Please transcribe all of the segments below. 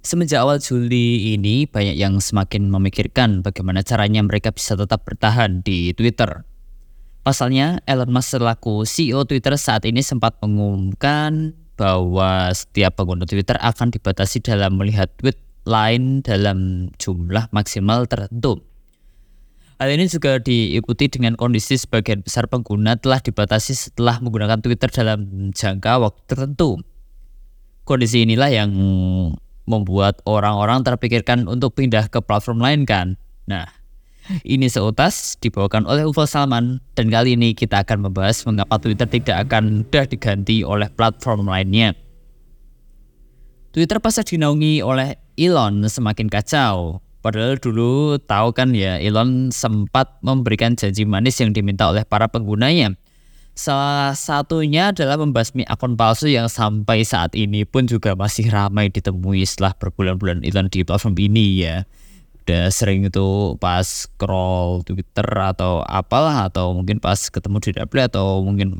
Semenjak awal Juli ini, banyak yang semakin memikirkan bagaimana caranya mereka bisa tetap bertahan di Twitter. Pasalnya, Elon Musk selaku CEO Twitter saat ini sempat mengumumkan bahwa setiap pengguna Twitter akan dibatasi dalam melihat tweet lain dalam jumlah maksimal tertentu. Hal ini juga diikuti dengan kondisi sebagian besar pengguna telah dibatasi setelah menggunakan Twitter dalam jangka waktu tertentu. Kondisi inilah yang membuat orang-orang terpikirkan untuk pindah ke platform lain kan. Nah, ini seutas dibawakan oleh Ufal Salman, dan kali ini kita akan membahas mengapa Twitter tidak akan mudah diganti oleh platform lainnya. Twitter pasca dinaungi oleh Elon semakin kacau. Padahal dulu tahu kan ya, Elon sempat memberikan janji manis yang diminta oleh para penggunanya. Salah satunya adalah membasmi akun palsu yang sampai saat ini pun juga masih ramai ditemui setelah berbulan-bulan Elon di platform ini ya. Udah sering itu pas scroll Twitter atau apalah, atau mungkin pas ketemu di W, atau mungkin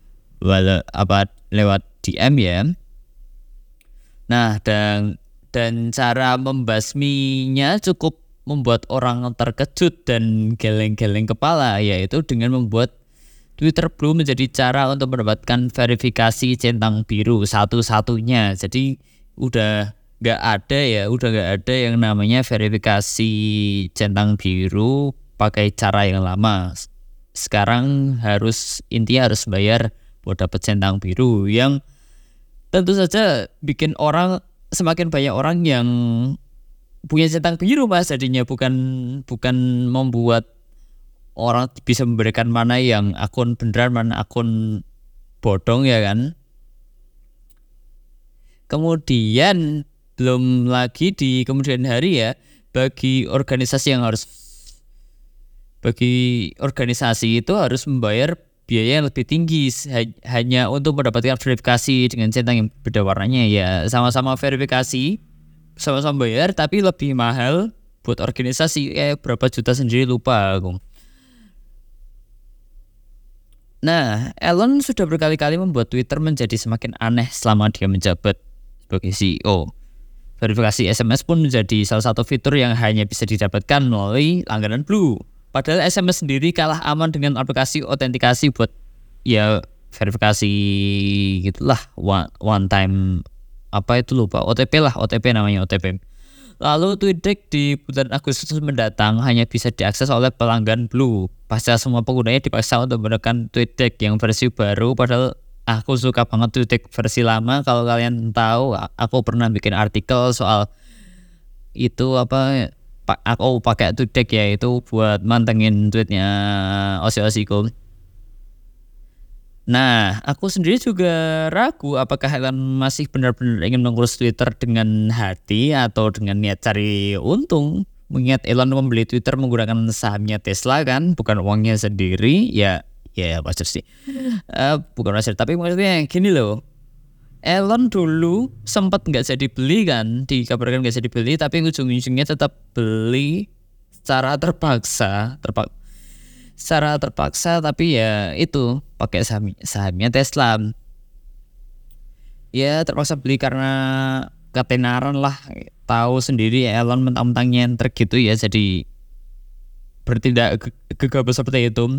lewat DM ya. Nah, dan cara membasminya cukup membuat orang terkejut dan geleng-geleng kepala, yaitu dengan membuat Twitter Blue menjadi cara untuk mendapatkan verifikasi centang biru satu-satunya. Jadi udah nggak ada yang namanya verifikasi centang biru pakai cara yang lama. Sekarang intinya harus bayar buat dapat centang biru, yang tentu saja bikin semakin banyak orang yang punya centang biru mas. Jadinya bukan membuat orang bisa memberikan mana yang akun beneran, mana akun bodong ya kan. Kemudian belum lagi di kemudian hari ya, bagi organisasi itu harus membayar biaya yang lebih tinggi hanya untuk mendapatkan verifikasi dengan centang yang beda warnanya ya. Sama-sama verifikasi, sama-sama bayar, tapi lebih mahal buat organisasi, berapa juta sendiri lupa aku. Nah, Elon sudah berkali-kali membuat Twitter menjadi semakin aneh selama dia menjabat sebagai CEO. Verifikasi SMS pun menjadi salah satu fitur yang hanya bisa didapatkan melalui langganan Blue. Padahal SMS sendiri kalah aman dengan aplikasi autentikasi buat ya verifikasi gitulah, one time OTP namanya OTP. Lalu TweetDeck di bulan Agustus mendatang hanya bisa diakses oleh pelanggan Blue. Pasca semua penggunanya dipaksa untuk menggunakan TweetDeck yang versi baru, padahal aku suka banget TweetDeck versi lama. Kalau kalian tahu, aku pernah bikin artikel soal itu aku pakai TweetDeck ya, itu buat mantengin tweetnya Osi-Osiku. Nah, aku sendiri juga ragu apakah Elon masih benar-benar ingin mengurus Twitter dengan hati atau dengan niat cari untung. Mengingat Elon membeli Twitter menggunakan sahamnya Tesla kan, bukan uangnya sendiri. Ya wajar sih. Bukan wajar, tapi maksudnya gini loh. Elon dulu sempat nggak jadi beli kan, dikabarkan nggak jadi beli, tapi ujung-ujungnya tetap beli secara terpaksa, tapi ya itu pakai sahamnya Tesla. Ya terpaksa beli karena ketenaran lah. Tahu sendiri Elon mentang-mentang nyenter gitu ya, jadi bertindak gegabah seperti itu.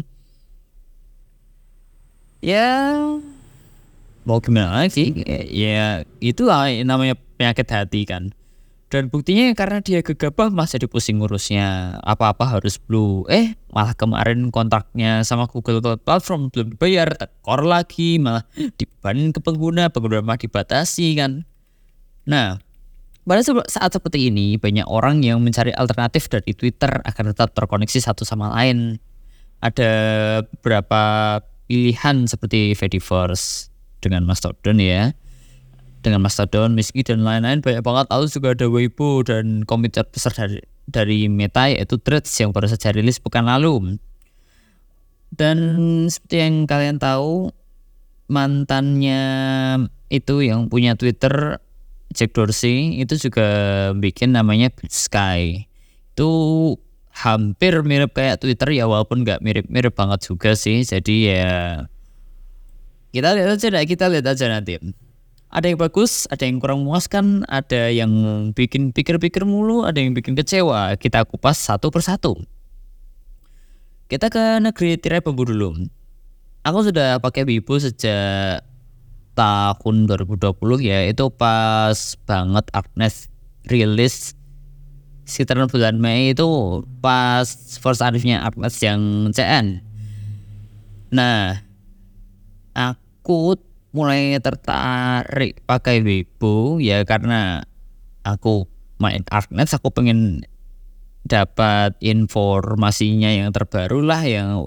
Ya mau gimana sih, ya itulah namanya penyakit hati kan. Dan buktinya karena dia gegabah masa dipusing ngurusnya, apa-apa harus Blue. Malah kemarin kontraknya sama Google Cloud Platform belum dibayar, tekor lagi, malah dibebanin ke pengguna malah dibatasi kan. Nah, pada saat seperti ini banyak orang yang mencari alternatif dari Twitter agar tetap terkoneksi satu sama lain. Ada beberapa pilihan seperti Fediverse dengan Mastodon ya. Dengan Mastodon, Miski dan lain-lain banyak banget. Lalu juga ada Weibo dan komunitas besar dari Meta, yaitu Threads yang baru saja rilis pekan lalu. Dan seperti yang kalian tahu, mantannya itu yang punya Twitter, Jack Dorsey, itu juga bikin namanya Bitsky. Itu hampir mirip kayak Twitter ya, walaupun nggak mirip-mirip banget juga sih. Jadi ya kita lihat aja nanti Ada yang bagus, ada yang kurang memuaskan, ada yang bikin pikir-pikir mulu, ada yang bikin kecewa. Kita kupas satu persatu. Kita ke negeri tirai bambu dulu. Aku sudah pakai Weibo sejak tahun 2020 ya. Itu pas banget Agnes rilis sekitaran bulan Mei, itu pas first arifnya Agnes yang CN. Nah, aku mulai tertarik pakai Weibo ya karena aku main Artnet, aku pengen dapat informasinya yang terbaru lah, yang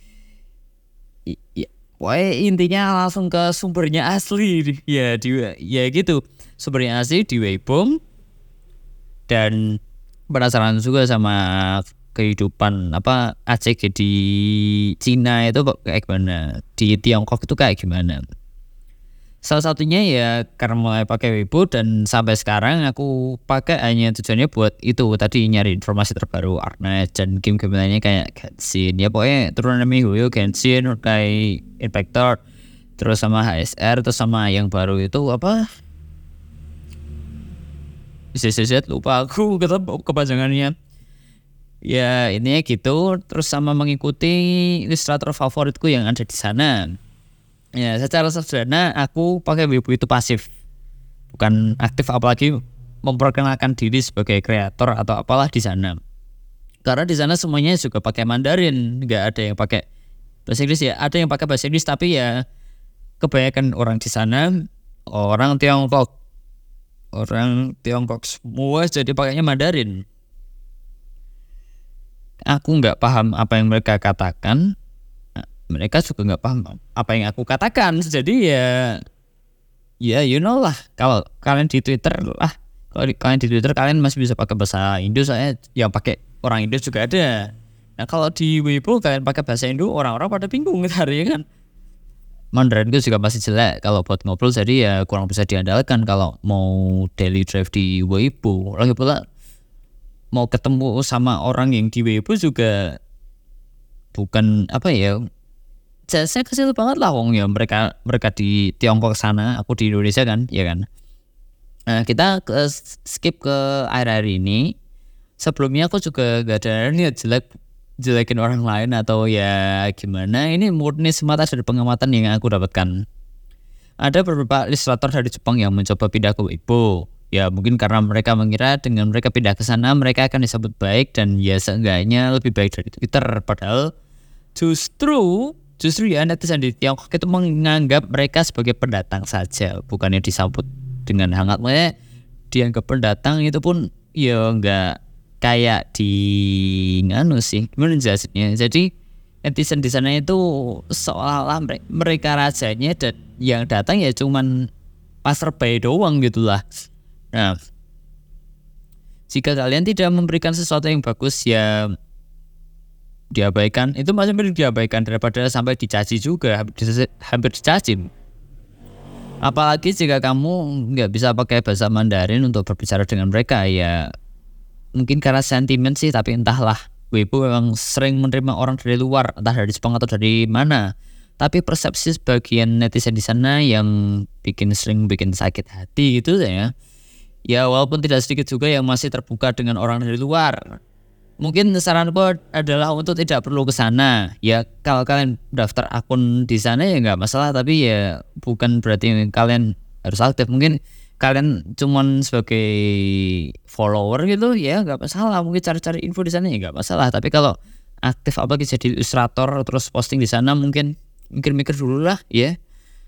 intinya langsung ke sumbernya asli ya gitu, sumbernya asli di Weibo. Dan penasaran juga sama kehidupan ACG di Cina itu kayak gimana, di Tiongkok itu kayak gimana. Salah satunya ya karena mulai pakai Weibo, dan sampai sekarang aku pakai hanya tujuannya buat itu tadi, nyari informasi terbaru Artnet dan game-game lainnya kayak Genshin. Ya pokoknya turunan MiHoYo, Genshin, kayak Infector, terus sama HSR, terus sama yang baru itu ZZZ, lupa aku kepanjangannya. Ya intinya gitu, terus sama mengikuti ilustrator favoritku yang ada di sana. Ya secara sederhana aku pakai Weibo itu pasif, bukan aktif, apalagi memperkenalkan diri sebagai kreator atau apalah di sana. Karena di sana semuanya juga pakai Mandarin, nggak ada yang pakai bahasa Inggris ya. Ada yang pakai bahasa Inggris tapi ya kebanyakan orang di sana orang Tiongkok semua, jadi pakainya Mandarin. Aku nggak paham apa yang mereka katakan, mereka juga nggak paham apa yang aku katakan. Jadi ya you know lah, kalau kalian di Twitter kalian masih bisa pakai bahasa Indo, soalnya yang pakai orang Indo juga ada. Nah kalau di Weibo kalian pakai bahasa Indo, orang-orang pada bingung ya kan. Mandarin itu juga masih jelek kalau buat ngobrol, jadi ya kurang bisa diandalkan kalau mau daily drive di Weibo. Lagi pula mau ketemu sama orang yang di Weibo juga bukan saya kecil banget lah, wong ya mereka di Tiongkok sana, aku di Indonesia kan, ya kan. Nah, kita skip ke akhir-akhir ini. Sebelumnya aku juga gak ada niat jelekin orang lain atau ya gimana. Ini murni semata dari pengamatan yang aku dapatkan. Ada beberapa ilustrator dari Jepang yang mencoba pindah ke Weibo. Ya mungkin karena mereka mengira dengan mereka pindah ke sana mereka akan disambut baik, dan ya seenggaknya lebih baik dari Twitter. Padahal justru ya netizen di Tiongkok itu menganggap mereka sebagai pendatang saja, bukannya disambut dengan hangat. Makanya dianggap pendatang itu pun ya nggak kayak di sih, gimana jelasinnya. Jadi netizen di sana itu seolah-olah mereka rajanya, dan yang datang ya cuman pasarby doang gitulah. Nah, jika kalian tidak memberikan sesuatu yang bagus ya diabaikan, itu masih mending diabaikan daripada sampai dicaci juga, hampir dicaci. Apalagi jika kamu nggak bisa pakai bahasa Mandarin untuk berbicara dengan mereka, ya mungkin karena sentimen sih, tapi entahlah. Weibo memang sering menerima orang dari luar, entah dari Jepang atau dari mana. Tapi persepsi sebagian netizen di sana yang sering bikin sakit hati gitu ya. Ya walaupun tidak sedikit juga yang masih terbuka dengan orang dari luar. Mungkin saranku adalah untuk tidak perlu ke sana. Ya kalau kalian daftar akun di sana ya nggak masalah, tapi ya bukan berarti kalian harus aktif. Mungkin kalian cuman sebagai follower gitu ya nggak masalah. Mungkin cari-cari info di sana ya nggak masalah. Tapi kalau aktif jadi ilustrator terus posting di sana, mungkin mikir dulu lah ya.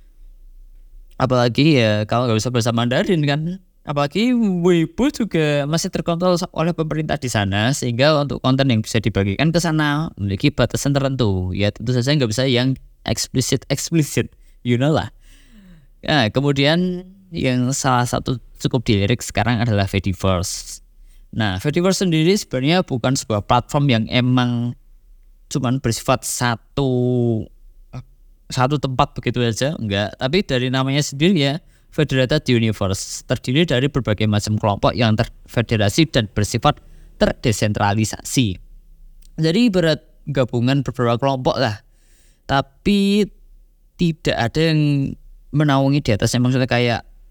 Apalagi ya kalau nggak bisa bahasa Mandarin kan. Apalagi Weibo juga masih terkontrol oleh pemerintah di sana, sehingga untuk konten yang bisa dibagikan ke sana memiliki batasan tertentu. Ya tentu saja nggak bisa yang eksplisit, you know lah. Ya, kemudian yang salah satu cukup dilirik sekarang adalah Fediverse. Nah, Fediverse sendiri sebenarnya bukan sebuah platform yang emang cuman bersifat satu tempat begitu aja, enggak. Tapi dari namanya sendiri ya, Federated Universe, terdiri dari berbagai macam kelompok yang terfederasi dan bersifat terdesentralisasi. Jadi berat gabungan beberapa kelompok lah, tapi tidak ada yang menaungi di atasnya. Maksudnya kayak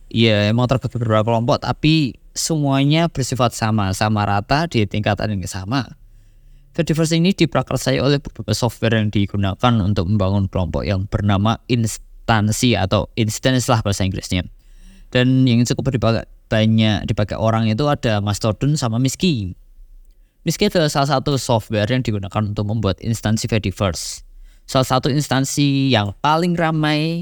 ya emang terbagi beberapa kelompok, tapi semuanya bersifat sama rata di tingkatan yang sama. Fediverse ini diprakarsai oleh beberapa software yang digunakan untuk membangun kelompok yang bernama instansi atau instance lah bahasa Inggrisnya. Dan yang cukup dipakai orang itu ada Mastodon sama Miski. Miski adalah salah satu software yang digunakan untuk membuat instansi Fediverse. Salah satu instansi yang paling ramai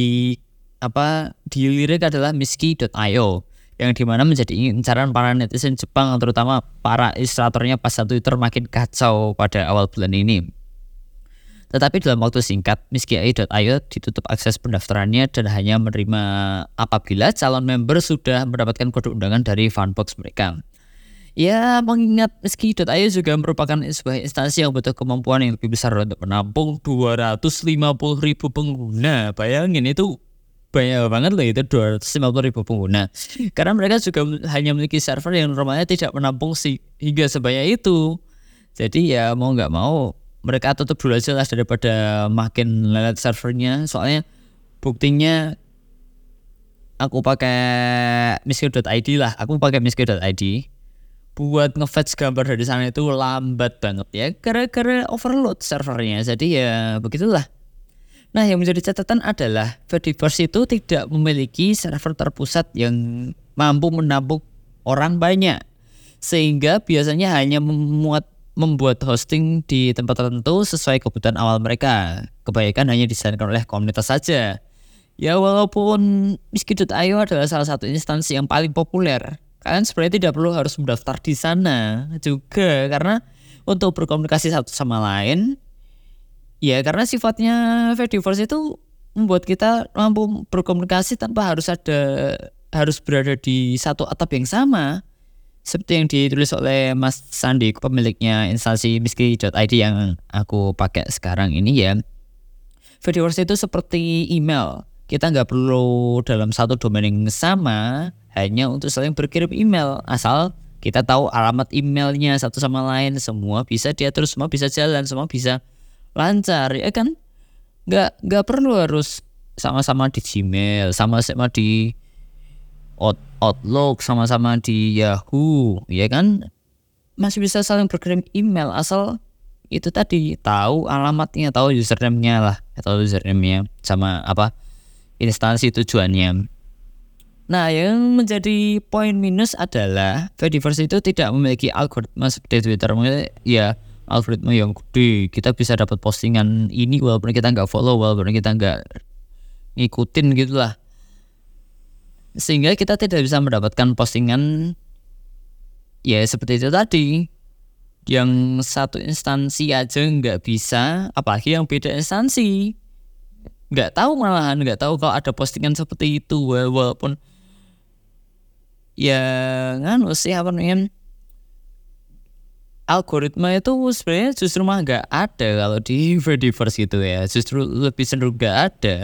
dilirik adalah Miski.io, yang dimana menjadi incaran para netizen Jepang, terutama para ilustratornya pas Twitter makin kacau pada awal bulan ini. Tetapi dalam waktu singkat, Miski.io ditutup akses pendaftarannya dan hanya menerima apabila calon member sudah mendapatkan kode undangan dari fanbox mereka. Ya, mengingat Miski.io juga merupakan sebuah instansi yang butuh kemampuan yang lebih besar untuk menampung 250.000 pengguna. Bayangin, itu banyak banget loh, itu 250.000 pengguna. Karena mereka juga hanya memiliki server yang normalnya tidak menampung hingga sebanyak itu. Jadi ya mau nggak mau mereka tutup dulu aja lah daripada makin lelet servernya. Soalnya buktinya aku pakai Miski.id lah. Aku pakai Miski.id. Buat nge-fetch gambar dari sana itu lambat banget ya, gara-gara overload servernya. Jadi ya begitulah. Nah, yang menjadi catatan adalah Fediverse itu tidak memiliki server terpusat yang mampu menampung orang banyak, sehingga biasanya hanya membuat hosting di tempat tertentu sesuai kebutuhan awal mereka. Kebanyakan hanya disarankan oleh komunitas saja. Ya, walaupun Miski.io adalah salah satu instansi yang paling populer, kalian sebenarnya tidak perlu harus mendaftar di sana juga, karena untuk berkomunikasi satu sama lain, ya karena sifatnya Fediverse itu membuat kita mampu berkomunikasi tanpa harus berada di satu atap yang sama, seperti yang ditulis oleh Mas Sandi, pemiliknya instansi Miski.id yang aku pakai sekarang ini ya. Fediverse itu seperti email, kita nggak perlu dalam satu domain yang sama hanya untuk saling berkirim email. Asal kita tahu alamat emailnya satu sama lain, semua bisa diatur, semua bisa jalan, semua bisa lancar, ya kan? Nggak perlu harus sama-sama di Gmail, sama-sama di Outlook, sama-sama di Yahoo, ya kan? Masih bisa saling berkirim email asal itu tadi tahu alamatnya, tahu username-nya lah, atau username-nya sama instansi tujuannya. Nah, yang menjadi poin minus adalah Fediverse itu tidak memiliki algoritma seperti Twitter. Ya, algoritma yang gede. Kita bisa dapat postingan ini walaupun kita nggak follow, walaupun kita nggak ngikutin gitulah. Sehingga kita tidak bisa mendapatkan postingan ya seperti itu tadi. Yang satu instansi aja nggak bisa, apalagi yang beda instansi. Nggak tahu kalau ada postingan seperti itu, walaupun ya algoritma itu sebenarnya justru mah nggak ada kalau di Fediverse gitu ya, justru lebih cenderung nggak ada.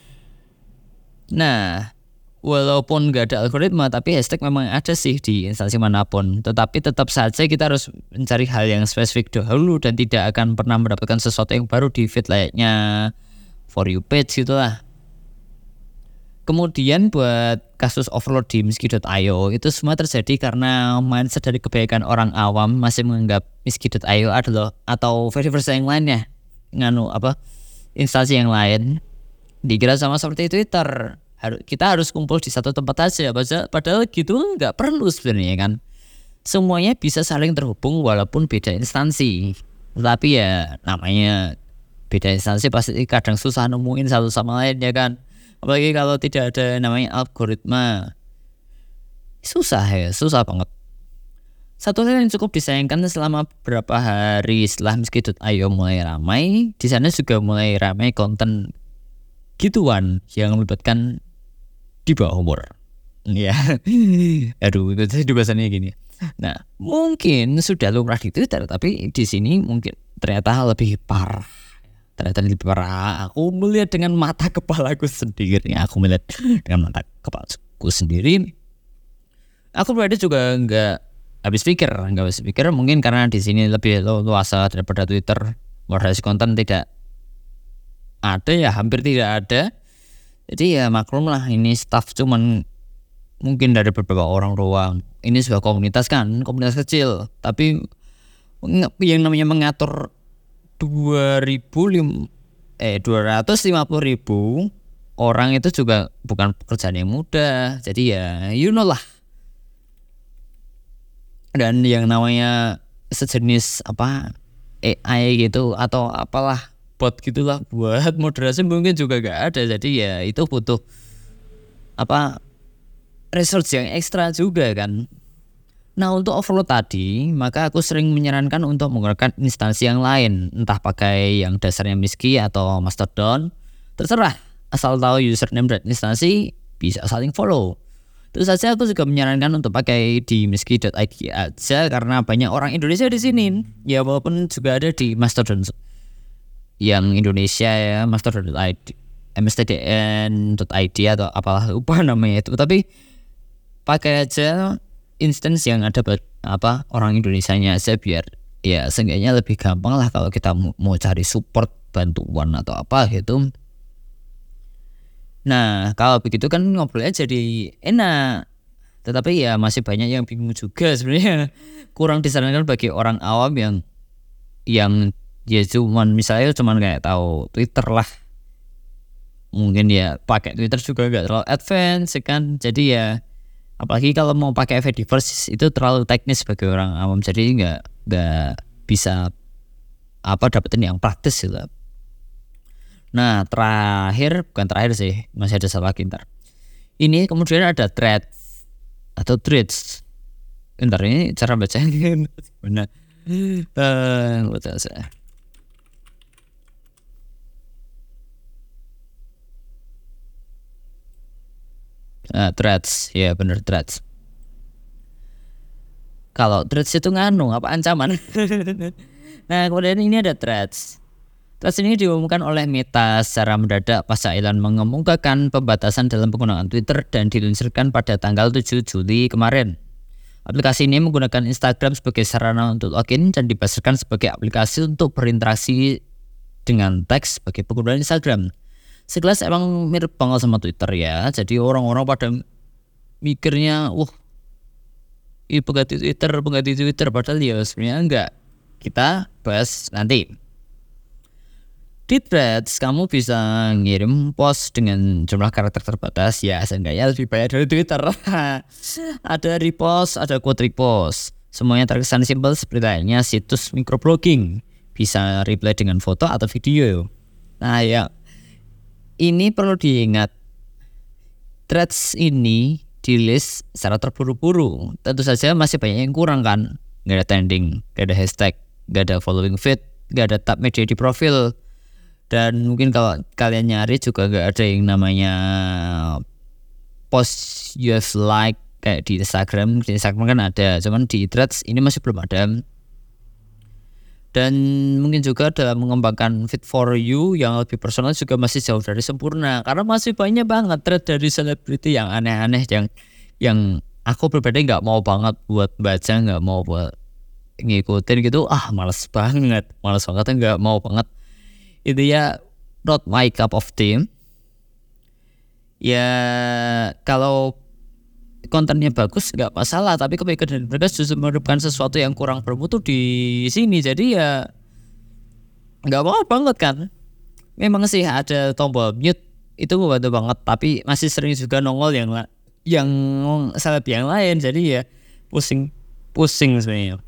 Nah, walaupun nggak ada algoritma, tapi hashtag memang ada sih di instansi manapun. Tetapi tetap saja kita harus mencari hal yang spesifik dahulu dan tidak akan pernah mendapatkan sesuatu yang baru di feed layaknya For You page gitulah. Kemudian buat kasus overload di Miski.io itu semua terjadi karena mindset dari kebanyakan orang awam masih menganggap Miski.io adalah atau Fediverse yang lainnya instansi yang lain dikira sama seperti Twitter. Kita harus kumpul di satu tempat aja, padahal gitu nggak perlu sebenarnya kan. Semuanya bisa saling terhubung walaupun beda instansi. Tapi ya namanya beda instansi pasti kadang susah nemuin satu sama lain ya kan. Apalagi kalau tidak ada namanya algoritma, susah banget. Satu hal yang cukup disayangkan selama beberapa hari setelah Miski.io mulai ramai, di sana juga mulai ramai konten gituan yang melibatkan di bawah umur. Ya, aduh itu bahasanya gini. Nah, mungkin sudah lumrah di Twitter, tapi di sini mungkin ternyata lebih parah. Aku melihat dengan mata kepalaku sendiri. Aku pribadi juga nggak habis pikir. Mungkin karena di sini lebih luasa daripada Twitter. Moderasi konten tidak ada ya, hampir tidak ada. Jadi ya maklum lah, ini staff cuman mungkin dari beberapa orang doang. Ini sebuah komunitas kan, komunitas kecil, tapi yang namanya mengatur 250.000 orang itu juga bukan pekerjaan yang mudah. Jadi ya you know lah. Dan yang namanya sejenis AI gitu atau apalah bot gitulah buat moderasi mungkin juga gak ada. Jadi ya itu butuh research yang ekstra juga kan. Nah, untuk overload tadi, maka aku sering menyarankan untuk menggunakan instansi yang lain, entah pakai yang dasarnya Miski atau Mastodon, terserah. Asal tahu username dan instansi, bisa saling follow. Terus saja aku juga menyarankan untuk pakai di miski.id aja karena banyak orang Indonesia di sini. Ya walaupun juga ada di Mastodon yang Indonesia ya, Mastodon.id, mstdn.id atau apalah lupa namanya itu. Tapi pakai aja instance yang ada orang Indonesianya aja biar ya seenggaknya lebih gampang lah kalau kita mau cari support bantuan atau apa gitu. Nah kalau begitu kan ngobrolnya jadi enak, tetapi ya masih banyak yang bingung juga sebenarnya. Kurang disarankan bagi orang awam yang ya cuman kayak tahu Twitter lah, mungkin ya pakai Twitter juga gak terlalu advance kan. Jadi ya apalagi kalau mau pakai Fediverse itu terlalu teknis bagi orang awam, jadi nggak bisa dapetin yang praktis gitu. Nah bukan terakhir sih, masih ada salah lagi ntar. Ini kemudian ada threads atau threads. Ntar ini cara bacanya gimana? Betul saya. Threads, ya bener threads. Kalau threads itu apa ancaman? Nah kemudian ini ada threads. Threads ini diumumkan oleh Meta secara mendadak pasca Elon mengemukakan pembatasan dalam penggunaan Twitter dan diluncurkan pada tanggal 7 Juli kemarin. Aplikasi ini menggunakan Instagram sebagai sarana untuk login dan dipasarkan sebagai aplikasi untuk berinteraksi dengan teks sebagai penggunaan Instagram. Sekelas emang mirip banget sama Twitter ya. Jadi orang-orang pada mikirnya, ini pengganti Twitter, padahal ya sebenarnya enggak. Kita bahas nanti. Di Threads kamu bisa ngirim post dengan jumlah karakter terbatas ya, seenggaknya lebih banyak dari Twitter. Ada repost, ada quote repost. Semuanya terkesan simpel seperti layaknya situs microblogging. Bisa reply dengan foto atau video. Nah ya, ini perlu diingat, threads ini di list secara terburu-buru. Tentu saja masih banyak yang kurang kan. Gak ada trending, gak ada hashtag, gak ada following feed, gak ada tab media di profil. Dan mungkin kalau kalian nyari juga gak ada yang namanya post you have like kayak di Instagram. Di Instagram kan ada, cuman di threads ini masih belum ada. Dan mungkin juga dalam mengembangkan feed for you yang lebih personal juga masih jauh dari sempurna, karena masih banyak banget thread dari selebriti yang aneh-aneh yang aku pribadi nggak mau banget buat baca, nggak mau buat ngikutin gitu. Males banget nggak mau banget. Itu ya not my cup of tea. Ya kalau kontennya bagus nggak masalah, tapi kebanyakan dari mereka justru merupakan sesuatu yang kurang bermutu di sini. Jadi ya nggak mau banget kan. Memang sih ada tombol mute, itu membantu banget, tapi masih sering juga nongol yang seleb yang lain. Jadi ya pusing sebenarnya.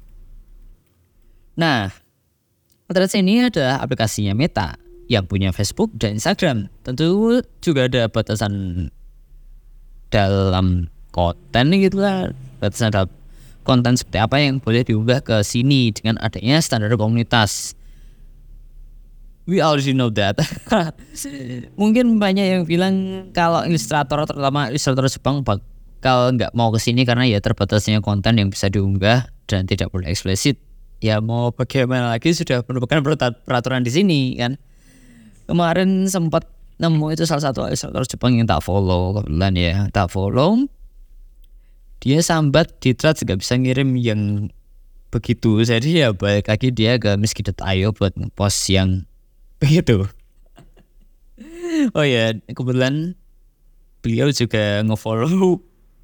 Nah, Threads ini ada aplikasinya Meta yang punya Facebook dan Instagram. Tentu juga ada batasan dalam konten gitu lah, batasan dalam konten seperti apa yang boleh diunggah ke sini dengan adanya standar komunitas. We already know that. Mungkin banyak yang bilang kalau ilustrator, terutama ilustrator Jepang, bakal nggak mau ke sini karena ya terbatasnya konten yang bisa diunggah dan tidak boleh eksplisit. Ya mau bagaimana lagi, sudah merupakan peraturan di sini kan. Kemarin sempat nemu itu salah satu ilustrator Jepang yang tak follow, kebetulan ya tak follow. Dia sambat di Threads gak bisa ngirim yang begitu, jadi ya balik lagi dia ke miski.io buat post yang begitu. Oh ya, kebetulan beliau juga nge-follow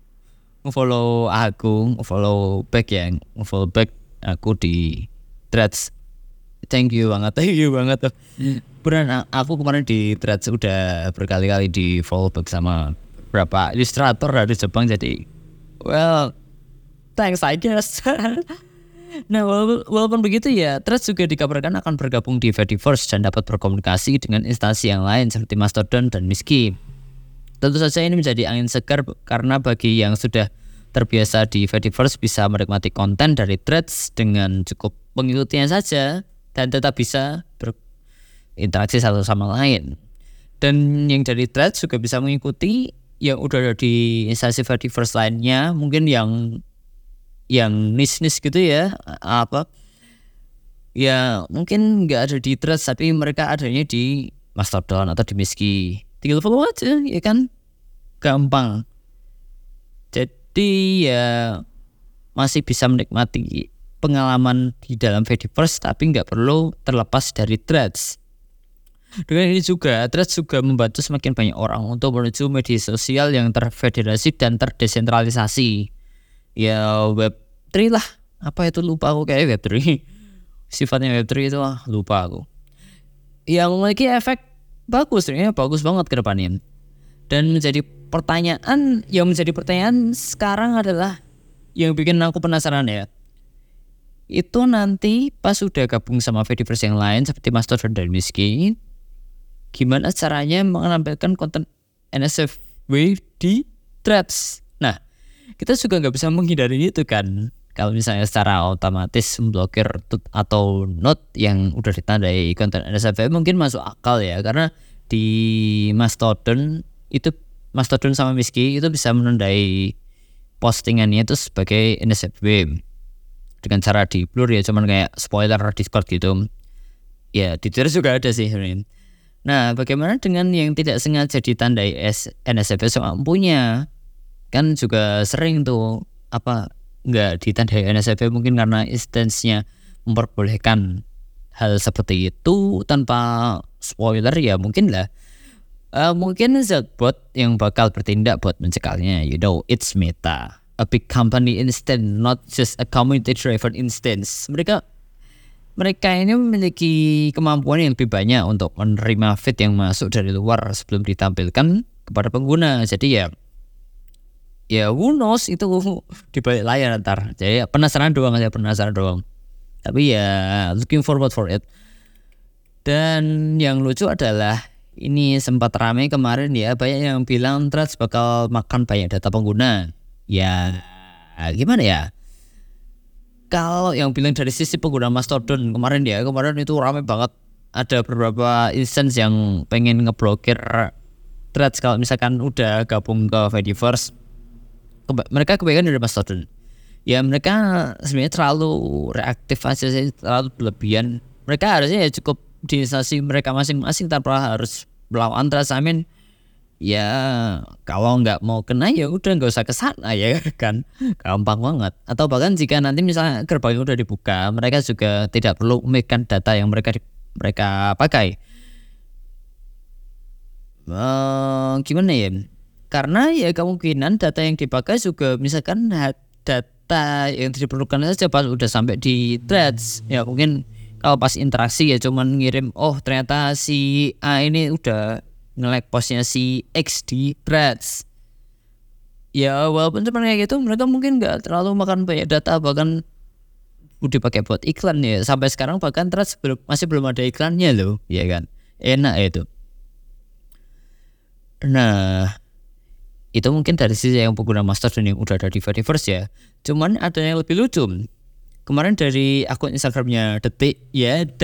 nge-follow back aku di Threads. Thank you banget tuh. Beneran aku kemarin di Threads udah berkali-kali di follow back sama beberapa ilustrator dari Jepang, jadi thanks I guess. Nah, walaupun begitu ya, Threads juga dikabarkan akan bergabung di Fediverse dan dapat berkomunikasi dengan instansi yang lain seperti Mastodon dan Miski. Tentu saja ini menjadi angin segar karena bagi yang sudah terbiasa di Fediverse bisa menikmati konten dari Threads dengan cukup mengikutinya saja dan tetap bisa berinteraksi satu sama lain. Dan yang dari Threads juga bisa mengikuti yang udah ada di instansi Fediverse lainnya, mungkin yang niche gitu ya, mungkin nggak ada di Threads tapi mereka adanya di Mastodon atau di Miski. Tinggal follow aja ya kan, gampang. Jadi ya masih bisa menikmati pengalaman di dalam Fediverse tapi nggak perlu terlepas dari Threads. Dengan ini juga Threads juga membantu semakin banyak orang untuk menuju media sosial yang terfederasi dan terdesentralisasi. Ya Web3 lah, apa itu lupa aku, kayak Web3 sifatnya Web3 itu lupa aku. Yang memiliki efek bagus banget ke depannya. Dan menjadi pertanyaan sekarang adalah yang bikin aku penasaran ya, itu nanti pas sudah gabung sama Fediverse yang lain seperti Mastodon dan Miski, gimana caranya menampilkan konten NSFW di Threads. Nah, kita juga nggak bisa menghindari itu kan. Kalau misalnya secara otomatis memblokir atau not yang udah ditandai konten NSFW mungkin masuk akal ya, karena di Mastodon sama Miski itu bisa menandai postingannya itu sebagai NSFW dengan cara di blur ya, cuman kayak spoiler Discord gitu. Ya di Twitter juga ada sih sebenarnya. Nah, bagaimana dengan yang tidak sengaja ditandai NSFW sama punya? Kan juga sering tuh nggak ditandai NSFW mungkin karena instansinya memperbolehkan hal seperti itu tanpa spoiler ya, mungkin lah. Mungkin Zbot yang bakal bertindak buat mencegahnya. It's Meta, a big company instance, not just a community driven instance. Mereka ini memiliki kemampuan yang lebih banyak untuk menerima feed yang masuk dari luar sebelum ditampilkan kepada pengguna. Jadi ya who knows itu di balik layar ntar. Jadi penasaran doang. Tapi ya looking forward for it. Dan yang lucu adalah ini sempat ramai kemarin ya, banyak yang bilang Threads bakal makan banyak data pengguna. Ya gimana ya? Kalau yang bilang dari sisi pengguna Mastodon kemarin itu ramai banget. Ada beberapa instance yang pengen ngeblokir Threads kalau misalkan udah gabung ke Fediverse. Mereka kebanyakan dari Mastodon. Ya mereka sebenarnya terlalu reaktif aja sih, terlalu berlebihan. Mereka harusnya ya cukup di instansi mereka masing-masing tanpa harus melawan Threads. Ya kalau nggak mau kena ya udah nggak usah kesana ya kan, gampang banget. Atau bahkan jika nanti misalnya gerbang udah dibuka, mereka juga tidak perlu memikirkan data yang mereka pakai. Gimana ya? Karena ya kemungkinan data yang dipakai juga misalkan data yang diperlukan saja pas udah sampai di Threads. Ya mungkin kalau pas interaksi ya cuman ngirim, ternyata si A ini udah nge-like postnya si X di Threads. Ya walaupun cuma kayak gitu, mereka mungkin gak terlalu makan banyak data, bahkan udah pakai buat iklan ya. Sampai sekarang bahkan Threads masih belum ada iklannya loh, ya kan. Enak itu. Nah, itu mungkin dari sisi yang pengguna Mastodon yang udah ada di Fediverse ya. Cuman ada yang lebih lucu. Kemarin dari akun Instagramnya detik.com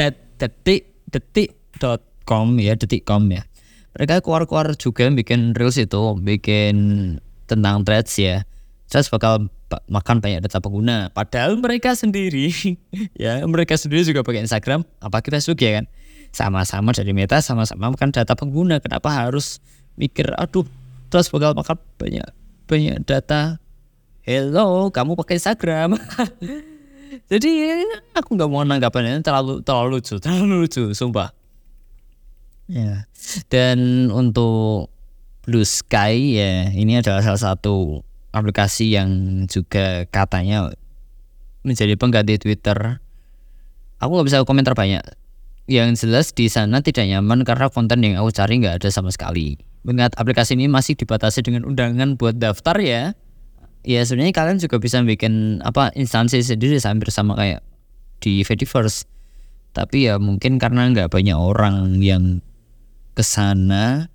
ya. Mereka keluar juga bikin reels itu, bikin tentang Threads ya. Threads bakal makan banyak data pengguna. Padahal mereka sendiri juga pakai Instagram, apalagi Facebook ya kan. Sama-sama dari Meta, sama-sama makan data pengguna. Kenapa harus mikir Threads bakal makan banyak data? Hello, kamu pakai Instagram. Jadi aku nggak mau nanggapannya, terlalu lucu, sumpah. Ya. Dan untuk Blue Sky ya, ini adalah salah satu aplikasi yang juga katanya menjadi pengganti Twitter. Aku nggak bisa komentar banyak. Yang jelas di sana tidak nyaman karena konten yang aku cari nggak ada sama sekali. Mengingat aplikasi ini masih dibatasi dengan undangan buat daftar ya. Ya sebenarnya kalian juga bisa bikin instansi sendiri hampir sama kayak di Fediverse. Tapi ya mungkin karena nggak banyak orang yang kesana.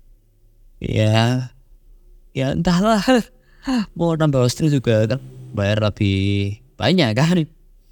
Ya entahlah. Mau nambah hosting juga kan bayar lebih banyak kan.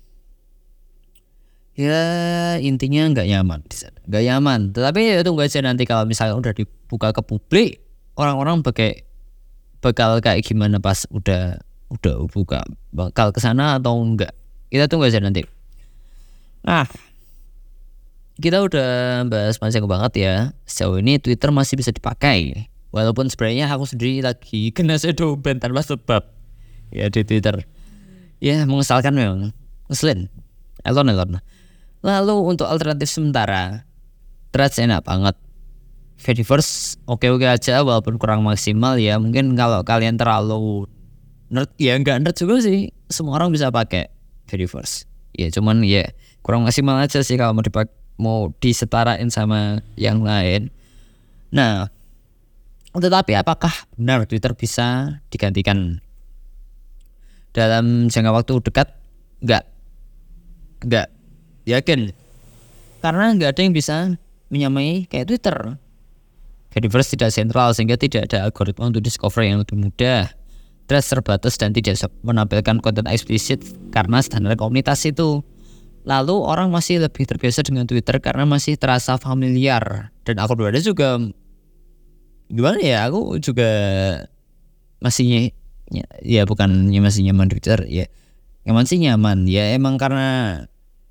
Ya intinya nggak nyaman di sana, nggak nyaman. Tetapi ya tunggu aja nanti kalau misalnya udah dibuka ke publik, orang-orang bakal kayak gimana pas udah buka, bakal kesana atau enggak? Kita tunggu aja nanti. Nah, kita udah bahas panjang banget ya. Sejauh ini Twitter masih bisa dipakai, walaupun sebenarnya aku sendiri lagi kena shadow ban tanpa sebab ya di Twitter. Ya mengesalkan memang, ngeselin, elon. Lalu untuk alternatif sementara, Threads enak banget. Fediverse oke-oke aja walaupun kurang maksimal ya. Mungkin kalau kalian terlalu nerd, ya enggak nerd juga sih. Semua orang bisa pakai Fediverse. Ya cuman ya kurang maksimal aja sih kalau mau disetarain sama yang lain. Nah, tetapi apakah benar Twitter bisa digantikan dalam jangka waktu dekat? Enggak. Yakin, karena nggak ada yang bisa menyamai kayak Twitter. Fediverse tidak sentral sehingga tidak ada algoritma untuk discovery yang lebih mudah. Threads terbatas dan tidak menampilkan konten eksplisit karena standar komunitas itu. Lalu orang masih lebih terbiasa dengan Twitter karena masih terasa familiar. Dan aku berada juga gimana ya, aku juga masih bukannya masih nyaman Twitter ya. Emang sih nyaman ya, emang karena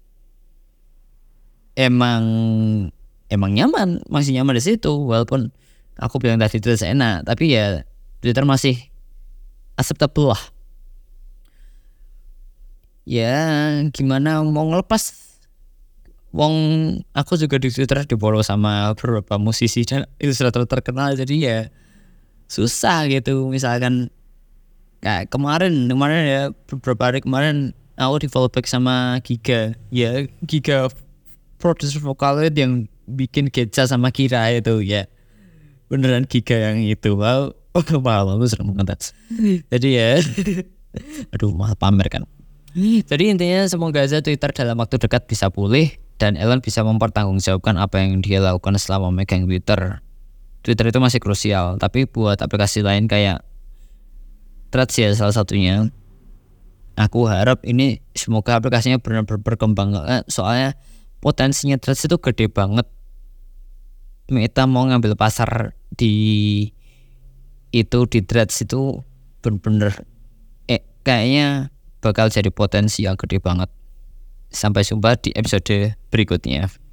emang nyaman, masih nyaman di situ. Walaupun aku bilang tadi Twitter enak, tapi ya Twitter masih acceptable lah. Ya gimana mau ngelepas, wong aku juga di Twitter di-follow sama beberapa musisi dan ilustrator terkenal, jadi ya susah gitu. Misalkan kayak kemarin ya, beberapa hari kemarin aku di-follow back sama Giga produser Vocaloid yang bikin Getcha sama Kira itu ya. Beneran Giga yang itu. Wow, malu serem banget. Jadi ya aduh malah pamer kan. Jadi intinya semoga aja Twitter dalam waktu dekat bisa pulih dan Elon bisa mempertanggungjawabkan apa yang dia lakukan selama memegang Twitter. Twitter itu masih krusial, tapi buat aplikasi lain kayak Threads ya salah satunya. Aku harap ini semoga aplikasinya benar-benar berkembang, soalnya potensinya Threads itu gede banget. Meta mau ngambil pasar di Threads itu bener-bener kayaknya bakal jadi potensi yang gede banget. Sampai jumpa di episode berikutnya.